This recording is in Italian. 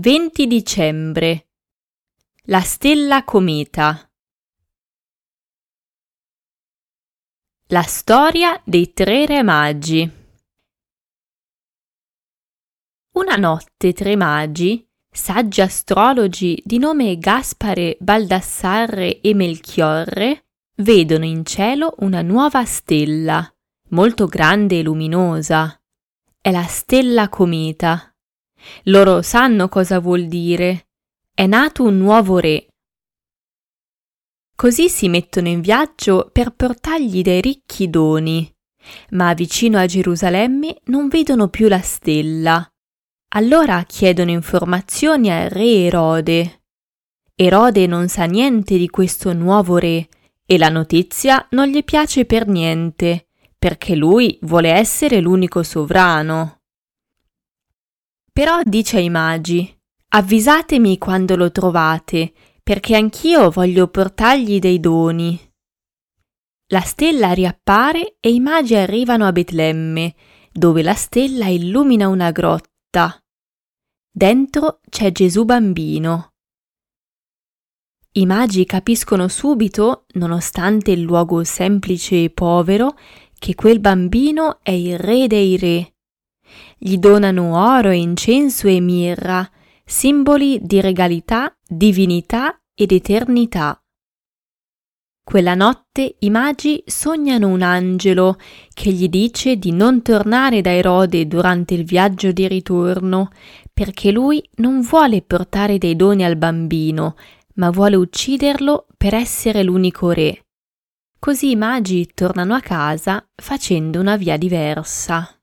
20 dicembre. La stella cometa. La storia dei 3 re magi. Una notte 3 magi, saggi astrologi di nome Gaspare, Baldassarre e Melchiorre, vedono in cielo una nuova stella, molto grande e luminosa. È la stella cometa. Loro sanno cosa vuol dire. È nato un nuovo re. Così si mettono in viaggio per portargli dei ricchi doni, ma vicino a Gerusalemme non vedono più la stella. Allora chiedono informazioni al re Erode. Erode non sa niente di questo nuovo re e la notizia non gli piace per niente, perché lui vuole essere l'unico sovrano. Però dice ai magi: avvisatemi quando lo trovate, perché anch'io voglio portargli dei doni. La stella riappare e i magi arrivano a Betlemme, dove la stella illumina una grotta. Dentro c'è Gesù bambino. I magi capiscono subito, nonostante il luogo semplice e povero, che quel bambino è il re dei re. Gli donano oro e incenso e mirra, simboli di regalità, divinità ed eternità. Quella notte i magi sognano un angelo che gli dice di non tornare da Erode durante il viaggio di ritorno, perché lui non vuole portare dei doni al bambino, ma vuole ucciderlo per essere l'unico re. Così i magi tornano a casa facendo una via diversa.